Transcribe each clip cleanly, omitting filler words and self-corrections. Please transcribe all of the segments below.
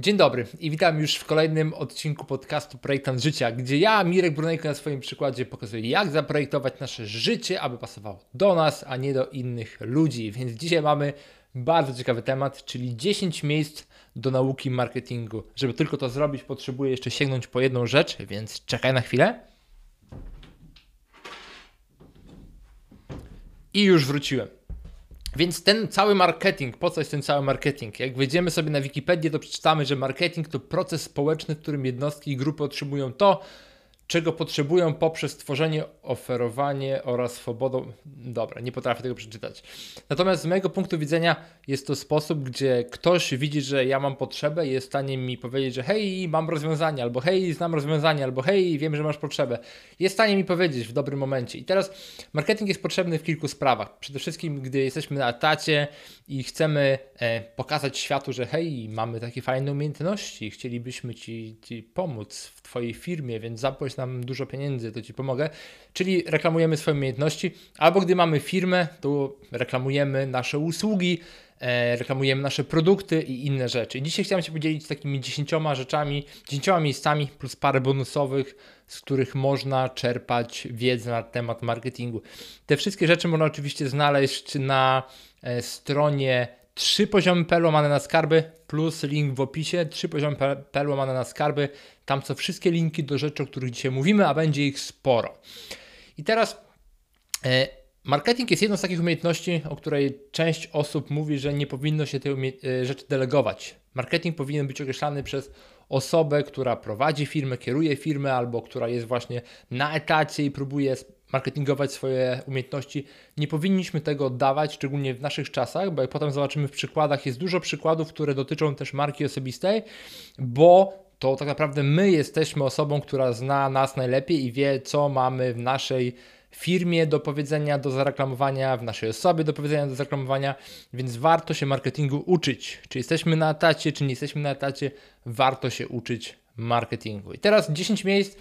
Dzień dobry i witam już w kolejnym odcinku podcastu Projektant Życia, gdzie ja, Mirek Brunejko, na swoim przykładzie pokazuję, jak zaprojektować nasze życie, aby pasowało do nas, a nie do innych ludzi. Więc dzisiaj mamy bardzo ciekawy temat, czyli 10 miejsc do nauki marketingu. Żeby tylko to zrobić, potrzebuję jeszcze sięgnąć po jedną rzecz, więc czekaj na chwilę. I już wróciłem. Więc ten cały marketing, po co jest ten cały marketing? Jak wejdziemy sobie na Wikipedię, to przeczytamy, że marketing to proces społeczny, w którym jednostki i grupy otrzymują to, czego potrzebują poprzez tworzenie, oferowanie oraz swobodą. Dobra, nie potrafię tego przeczytać. Natomiast z mojego punktu widzenia jest to sposób, gdzie ktoś widzi, że ja mam potrzebę i jest w stanie mi powiedzieć, że hej, mam rozwiązanie, albo hej, znam rozwiązanie, albo hej, wiem, że masz potrzebę. Jest w stanie mi powiedzieć w dobrym momencie. I teraz marketing jest potrzebny w kilku sprawach. Przede wszystkim, gdy jesteśmy na etacie i chcemy pokazać światu, że hej, mamy takie fajne umiejętności, chcielibyśmy ci pomóc w Twojej firmie, więc zapłać nam dużo pieniędzy, to Ci pomogę. Czyli reklamujemy swoje umiejętności, albo gdy mamy firmę, to reklamujemy nasze usługi, reklamujemy nasze produkty i inne rzeczy. I dzisiaj chciałem się podzielić takimi 10 rzeczami, 10 miejscami plus parę bonusowych, z których można czerpać wiedzę na temat marketingu. Te wszystkie rzeczy można oczywiście znaleźć na stronie 3poziomy.pl łamane na skarby plus link w opisie 3poziomy.pl łamane na skarby. Tam są wszystkie linki do rzeczy, o których dzisiaj mówimy, a będzie ich sporo. I teraz marketing jest jedną z takich umiejętności, o której część osób mówi, że nie powinno się tej rzeczy delegować. Marketing powinien być określany przez osobę, która prowadzi firmę, kieruje firmę albo która jest właśnie na etacie i próbuje marketingować swoje umiejętności. Nie powinniśmy tego oddawać, szczególnie w naszych czasach, bo jak potem zobaczymy w przykładach, jest dużo przykładów, które dotyczą też marki osobistej, bo to tak naprawdę my jesteśmy osobą, która zna nas najlepiej i wie, co mamy w naszej firmie do powiedzenia, do zareklamowania, w naszej osobie do powiedzenia, do zareklamowania, więc warto się marketingu uczyć. Czy jesteśmy na etacie, czy nie jesteśmy na etacie, warto się uczyć marketingu. I teraz 10 miejsc,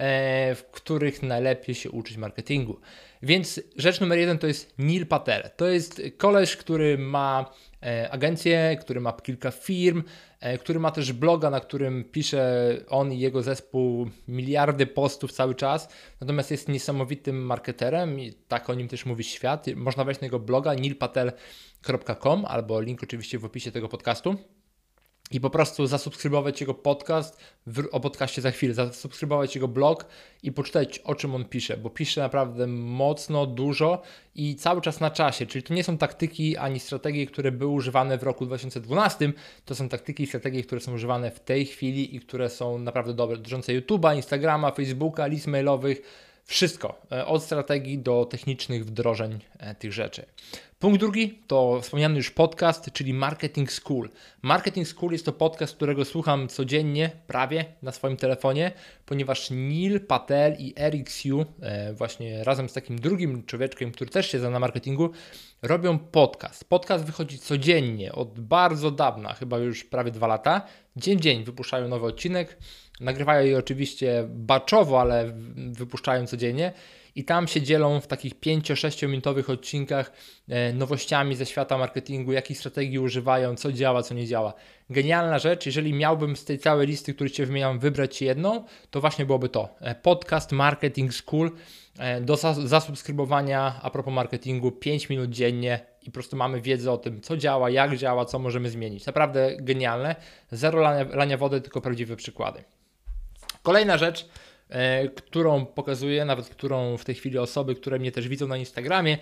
w których najlepiej się uczyć marketingu. Więc rzecz numer 1 to jest Neil Patel. To jest koleś, który ma agencję, który ma kilka firm, który ma też bloga, na którym pisze on i jego zespół miliardy postów cały czas, natomiast jest niesamowitym marketerem i tak o nim też mówi świat. Można wejść na jego bloga neilpatel.com albo link oczywiście w opisie tego podcastu i po prostu zasubskrybować jego podcast, o podcaście za chwilę, zasubskrybować jego blog i poczytać, o czym on pisze, bo pisze naprawdę mocno, dużo i cały czas na czasie, czyli to nie są taktyki ani strategie, które były używane w roku 2012, to są taktyki i strategie, które są używane w tej chwili i które są naprawdę dobre, dotyczące YouTube'a, Instagrama, Facebooka, list mailowych, wszystko, od strategii do technicznych wdrożeń tych rzeczy. Punkt drugi to wspomniany już podcast, czyli Marketing School. Marketing School jest to podcast, którego słucham codziennie, prawie na swoim telefonie, ponieważ Neil Patel i Eric Siu, właśnie razem z takim drugim człowieczkiem, który też się zna na marketingu, robią podcast. Podcast wychodzi codziennie, od bardzo dawna, chyba już prawie 2 lata. Dzień w dzień wypuszczają nowy odcinek. Nagrywają je oczywiście batchowo, ale wypuszczają codziennie. I tam się dzielą w takich 5-6 minutowych odcinkach nowościami ze świata marketingu, jakich strategii używają, co działa, co nie działa. Genialna rzecz, jeżeli miałbym z tej całej listy, której Cię wymieniam, wybrać jedną, to właśnie byłoby to. Podcast Marketing School do zasubskrybowania a propos marketingu 5 minut dziennie i po prostu mamy wiedzę o tym, co działa, jak działa, co możemy zmienić. Naprawdę genialne. Zero lania wody, tylko prawdziwe przykłady. Kolejna rzecz, którą pokazuję, nawet którą w tej chwili osoby, które mnie też widzą na Instagramie,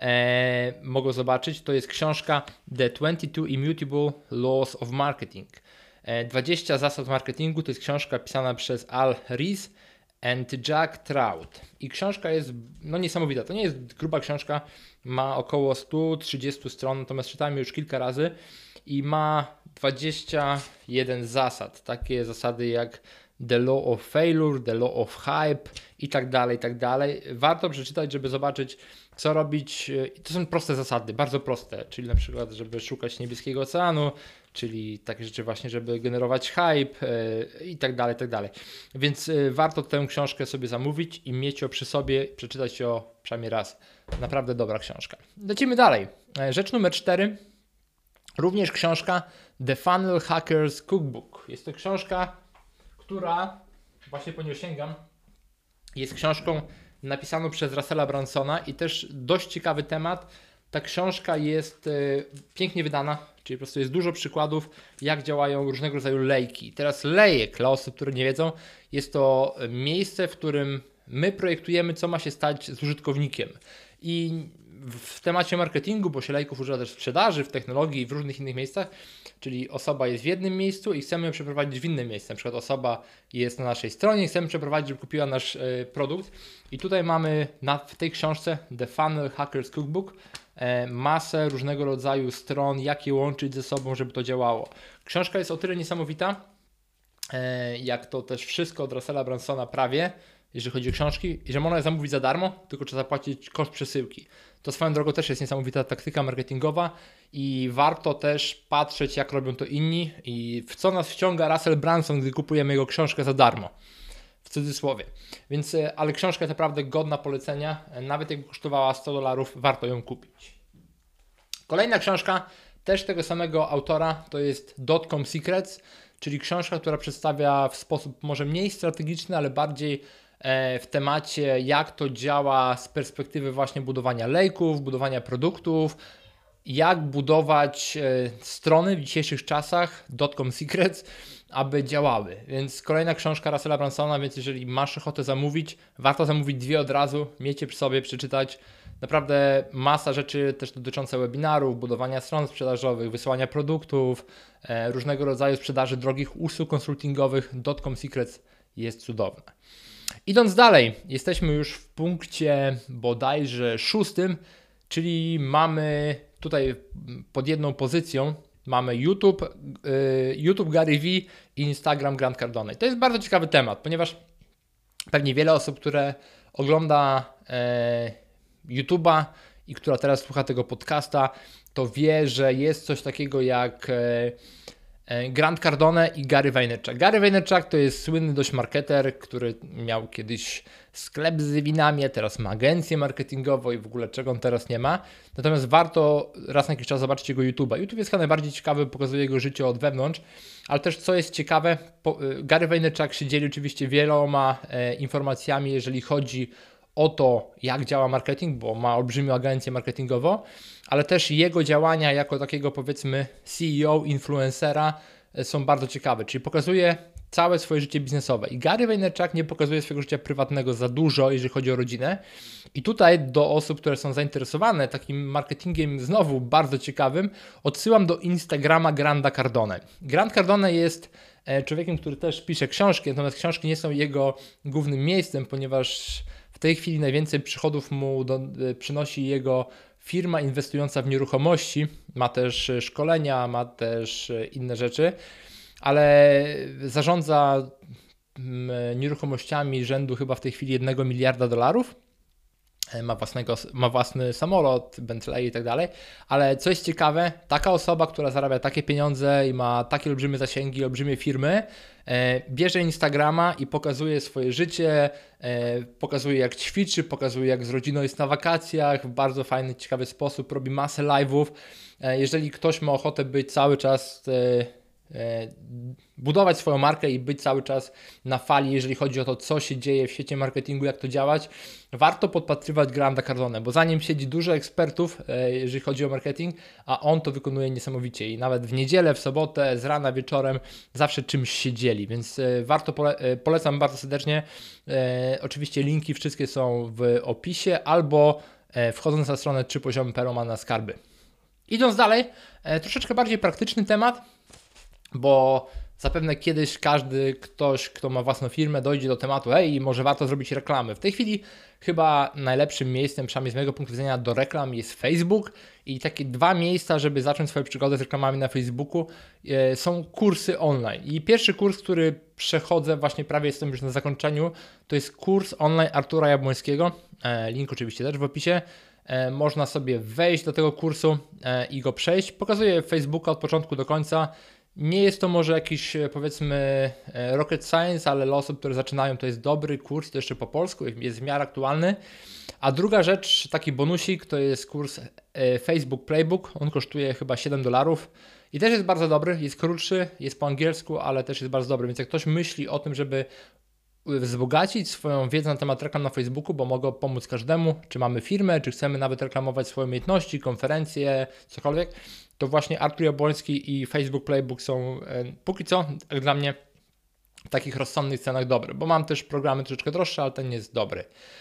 mogą zobaczyć, to jest książka The 22 Immutable Laws of Marketing. 20 zasad marketingu to jest książka pisana przez Al Ries and Jack Trout. I książka jest niesamowita. To nie jest gruba książka, ma około 130 stron, natomiast czytałem już kilka razy i ma 21 zasad. Takie zasady jak The Law of Failure, The Law of Hype i tak dalej, i tak dalej. Warto przeczytać, żeby zobaczyć, co robić. I to są proste zasady, bardzo proste, czyli na przykład, żeby szukać niebieskiego oceanu, czyli takie rzeczy właśnie, żeby generować hype i tak dalej, i tak dalej. Więc warto tę książkę sobie zamówić i mieć ją przy sobie, przeczytać ją przynajmniej raz. Naprawdę dobra książka. Lecimy dalej. Rzecz numer 4 Również książka The Funnel Hackers Cookbook. Jest to książka, która, właśnie po nią sięgam, jest książką napisaną przez Russella Brunsona i też dość ciekawy temat. Ta książka jest pięknie wydana, czyli po prostu jest dużo przykładów, jak działają różnego rodzaju lejki. Teraz lejek, dla osób, które nie wiedzą, jest to miejsce, w którym my projektujemy, co ma się stać z użytkownikiem. I w temacie marketingu, bo się lejków używa też w sprzedaży, w technologii i w różnych innych miejscach, czyli osoba jest w jednym miejscu i chcemy ją przeprowadzić w innym miejscu. Na przykład osoba jest na naszej stronie i chcemy przeprowadzić, żeby kupiła nasz produkt. I tutaj mamy w tej książce The Funnel Hackers Cookbook masę różnego rodzaju stron, jak je łączyć ze sobą, żeby to działało. Książka jest o tyle niesamowita, jak to też wszystko od Russella Brunsona prawie, jeżeli chodzi o książki, że można je zamówić za darmo, tylko trzeba zapłacić koszt przesyłki. To swoją drogą też jest niesamowita taktyka marketingowa i warto też patrzeć, jak robią to inni i w co nas wciąga Russell Brunson, gdy kupujemy jego książkę za darmo. W cudzysłowie. Więc, ale książka jest naprawdę godna polecenia. Nawet jakby kosztowała $100, warto ją kupić. Kolejna książka, też tego samego autora, to jest Dotcom Secrets, czyli książka, która przedstawia w sposób może mniej strategiczny, ale bardziej w temacie, jak to działa z perspektywy właśnie budowania lejków, budowania produktów, jak budować strony w dzisiejszych czasach, Dotcom Secrets, aby działały. Więc kolejna książka Russella Brunsona, więc jeżeli masz ochotę zamówić, warto zamówić 2 od razu, miejcie przy sobie, przeczytać. Naprawdę masa rzeczy też dotyczące webinarów, budowania stron sprzedażowych, wysyłania produktów, różnego rodzaju sprzedaży drogich usług konsultingowych. Dotcom Secrets jest cudowne. Idąc dalej, jesteśmy już w punkcie bodajże 6, czyli mamy tutaj pod jedną pozycją mamy YouTube Gary V i Instagram Grant Cardone. To jest bardzo ciekawy temat, ponieważ pewnie wiele osób, które ogląda YouTube'a i która teraz słucha tego podcasta, to wie, że jest coś takiego jak Grant Cardone i Gary Vaynerchuk. Gary Vaynerchuk to jest słynny dość marketer, który miał kiedyś sklep z winami, a teraz ma agencję marketingową i w ogóle czego on teraz nie ma. Natomiast warto raz na jakiś czas zobaczyć jego YouTube'a. YouTube jest chyba najbardziej ciekawy, pokazuje jego życie od wewnątrz, ale też co jest ciekawe, Gary Vaynerchuk się dzieli oczywiście wieloma informacjami, jeżeli chodzi o to, jak działa marketing, bo ma olbrzymią agencję marketingową, ale też jego działania jako takiego, powiedzmy, CEO, influencera są bardzo ciekawe, czyli pokazuje całe swoje życie biznesowe. I Gary Vaynerchuk nie pokazuje swojego życia prywatnego za dużo, jeżeli chodzi o rodzinę. I tutaj do osób, które są zainteresowane takim marketingiem znowu bardzo ciekawym, odsyłam do Instagrama Granta Cardone. Grant Cardone jest człowiekiem, który też pisze książki, natomiast książki nie są jego głównym miejscem, ponieważ w tej chwili najwięcej przychodów mu przynosi jego firma inwestująca w nieruchomości. Ma też szkolenia, ma też inne rzeczy, ale zarządza nieruchomościami rzędu chyba w tej chwili $1 miliarda. Ma własny samolot, Bentley i tak dalej, ale co jest ciekawe, taka osoba, która zarabia takie pieniądze i ma takie olbrzymie zasięgi, olbrzymie firmy, bierze Instagrama i pokazuje swoje życie, pokazuje jak ćwiczy, pokazuje jak z rodziną jest na wakacjach, w bardzo fajny, ciekawy sposób, robi masę live'ów. Jeżeli ktoś ma ochotę być cały czas budować swoją markę i być cały czas na fali, jeżeli chodzi o to, co się dzieje w świecie marketingu, jak to działać, warto podpatrywać Granta Cardone, bo za nim siedzi dużo ekspertów, jeżeli chodzi o marketing, a on to wykonuje niesamowicie i nawet w niedzielę, w sobotę, z rana, wieczorem zawsze czymś się dzieli, więc warto, polecam bardzo serdecznie. Oczywiście linki wszystkie są w opisie albo wchodząc na stronę 3poziomy.pl na skarby. Idąc dalej, troszeczkę bardziej praktyczny temat, bo zapewne kiedyś ktoś, kto ma własną firmę, dojdzie do tematu, może warto zrobić reklamy. W tej chwili chyba najlepszym miejscem, przynajmniej z mojego punktu widzenia, do reklam jest Facebook i takie 2 miejsca, żeby zacząć swoją przygodę z reklamami na Facebooku, są kursy online. I pierwszy kurs, który przechodzę, właśnie prawie jestem już na zakończeniu, to jest kurs online Artura Jabłońskiego. Link oczywiście też w opisie. Można sobie wejść do tego kursu i go przejść. Pokazuję Facebooka od początku do końca. Nie jest to może jakiś, powiedzmy, rocket science, ale dla osób, które zaczynają, to jest dobry kurs, to jeszcze po polsku, jest w miarę aktualny. A druga rzecz, taki bonusik, to jest kurs Facebook Playbook. On kosztuje chyba $7 i też jest bardzo dobry, jest krótszy, jest po angielsku, ale też jest bardzo dobry. Więc jak ktoś myśli o tym, żeby wzbogacić swoją wiedzę na temat reklam na Facebooku, bo mogą pomóc każdemu, czy mamy firmę, czy chcemy nawet reklamować swoje umiejętności, konferencje, cokolwiek, to właśnie Artur Jabłoński i Facebook Playbook są póki co, jak dla mnie, w takich rozsądnych cenach dobre, bo mam też programy troszeczkę droższe, ale ten jest dobry.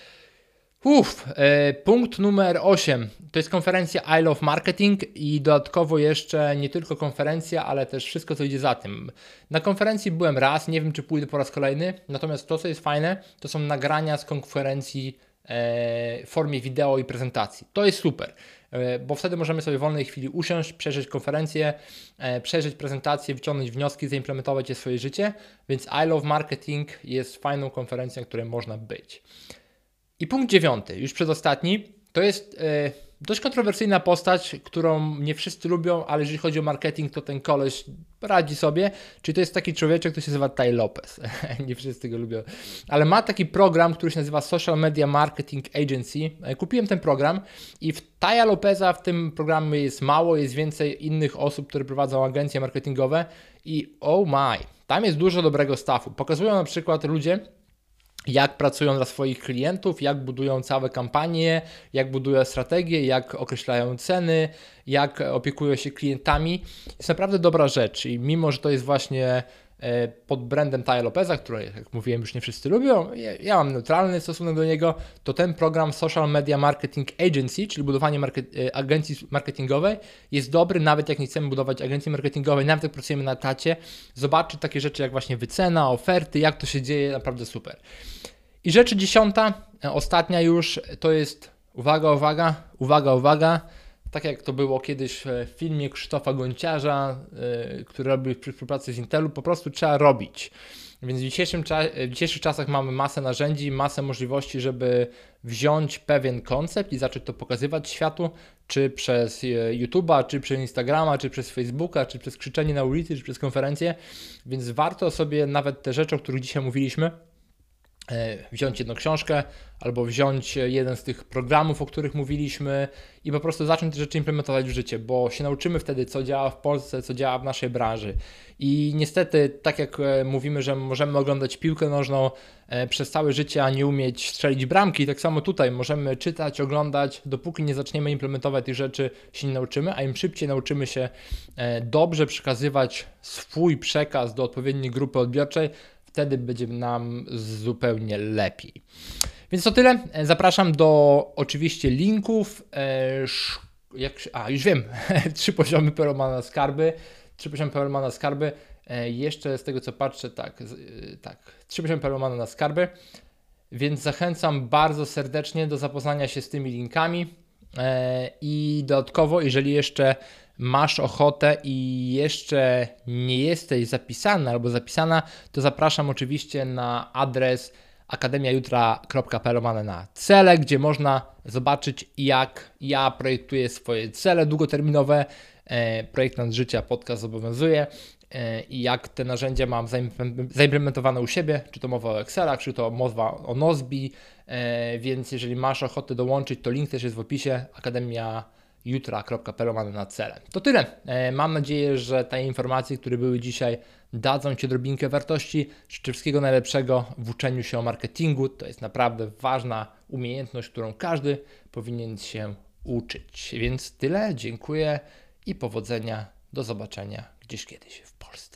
Punkt numer 8 to jest konferencja I Love Marketing i dodatkowo jeszcze nie tylko konferencja, ale też wszystko, co idzie za tym. Na konferencji byłem raz, nie wiem, czy pójdę po raz kolejny, natomiast to, co jest fajne, to są nagrania z konferencji w formie wideo i prezentacji. To jest super, bo wtedy możemy sobie w wolnej chwili usiąść, przejrzeć konferencję, przejrzeć prezentację, wyciągnąć wnioski, zaimplementować je w swoje życie, więc I Love Marketing jest fajną konferencją, w której można być. I punkt 9, już przedostatni, to jest dość kontrowersyjna postać, którą nie wszyscy lubią, ale jeżeli chodzi o marketing, to ten koleś radzi sobie. Czyli to jest taki człowieczek, który się nazywa Tai Lopez. Nie wszyscy go lubią. Ale ma taki program, który się nazywa Social Media Marketing Agency. Kupiłem ten program i w Taja Lopeza w tym programie jest mało, jest więcej innych osób, które prowadzą agencje marketingowe i oh my, tam jest dużo dobrego staffu. Pokazują na przykład ludzie, jak pracują dla swoich klientów, jak budują całe kampanie, jak budują strategie, jak określają ceny, jak opiekują się klientami. Jest naprawdę dobra rzecz i mimo, że to jest właśnie pod brandem Taja Lopeza, który, jak mówiłem, już nie wszyscy lubią, ja mam neutralny stosunek do niego, to ten program Social Media Marketing Agency, czyli budowanie agencji marketingowej, jest dobry, nawet jak nie chcemy budować agencji marketingowej, nawet jak pracujemy na etacie, zobaczyć takie rzeczy jak właśnie wycena, oferty, jak to się dzieje, naprawdę super. I rzecz 10, ostatnia już, to jest, uwaga, tak jak to było kiedyś w filmie Krzysztofa Gonciarza, który robił przy współpracy z Intelu, po prostu trzeba robić. Więc w dzisiejszych czasach mamy masę narzędzi, masę możliwości, żeby wziąć pewien koncept i zacząć to pokazywać światu, czy przez YouTube'a, czy przez Instagrama, czy przez Facebooka, czy przez krzyczenie na ulicy, czy przez konferencje. Więc warto sobie nawet te rzeczy, o których dzisiaj mówiliśmy, wziąć jedną książkę albo wziąć jeden z tych programów, o których mówiliśmy i po prostu zacząć te rzeczy implementować w życie, bo się nauczymy wtedy, co działa w Polsce, co działa w naszej branży. I niestety, tak jak mówimy, że możemy oglądać piłkę nożną przez całe życie, a nie umieć strzelić bramki, tak samo tutaj możemy czytać, oglądać, dopóki nie zaczniemy implementować tych rzeczy, się nie nauczymy, a im szybciej nauczymy się dobrze przekazywać swój przekaz do odpowiedniej grupy odbiorczej, wtedy będzie nam zupełnie lepiej. Więc to tyle. Zapraszam do oczywiście linków. Już wiem. 3 poziomy Perlmana Skarby. 3 poziomy Perlmana Skarby. Jeszcze z tego co patrzę, tak. 3 poziomy Perlmana na Skarby. Więc zachęcam bardzo serdecznie do zapoznania się z tymi linkami. I dodatkowo, jeżeli jeszcze masz ochotę i jeszcze nie jesteś zapisany albo zapisana, to zapraszam oczywiście na adres akademiajutra.pl na cele, gdzie można zobaczyć, jak ja projektuję swoje cele długoterminowe. Projektant życia podcast zobowiązuje i jak te narzędzia mam zaimplementowane u siebie, czy to mowa o Excelach, czy to mowa o Nozbi, więc jeżeli masz ochotę dołączyć, to link też jest w opisie, akademiajutra.pl na cele. To tyle. Mam nadzieję, że te informacje, które były dzisiaj, dadzą Ci odrobinkę wartości. Życzę wszystkiego najlepszego w uczeniu się o marketingu. To jest naprawdę ważna umiejętność, którą każdy powinien się uczyć. Więc tyle. Dziękuję i powodzenia. Do zobaczenia gdzieś kiedyś w Polsce.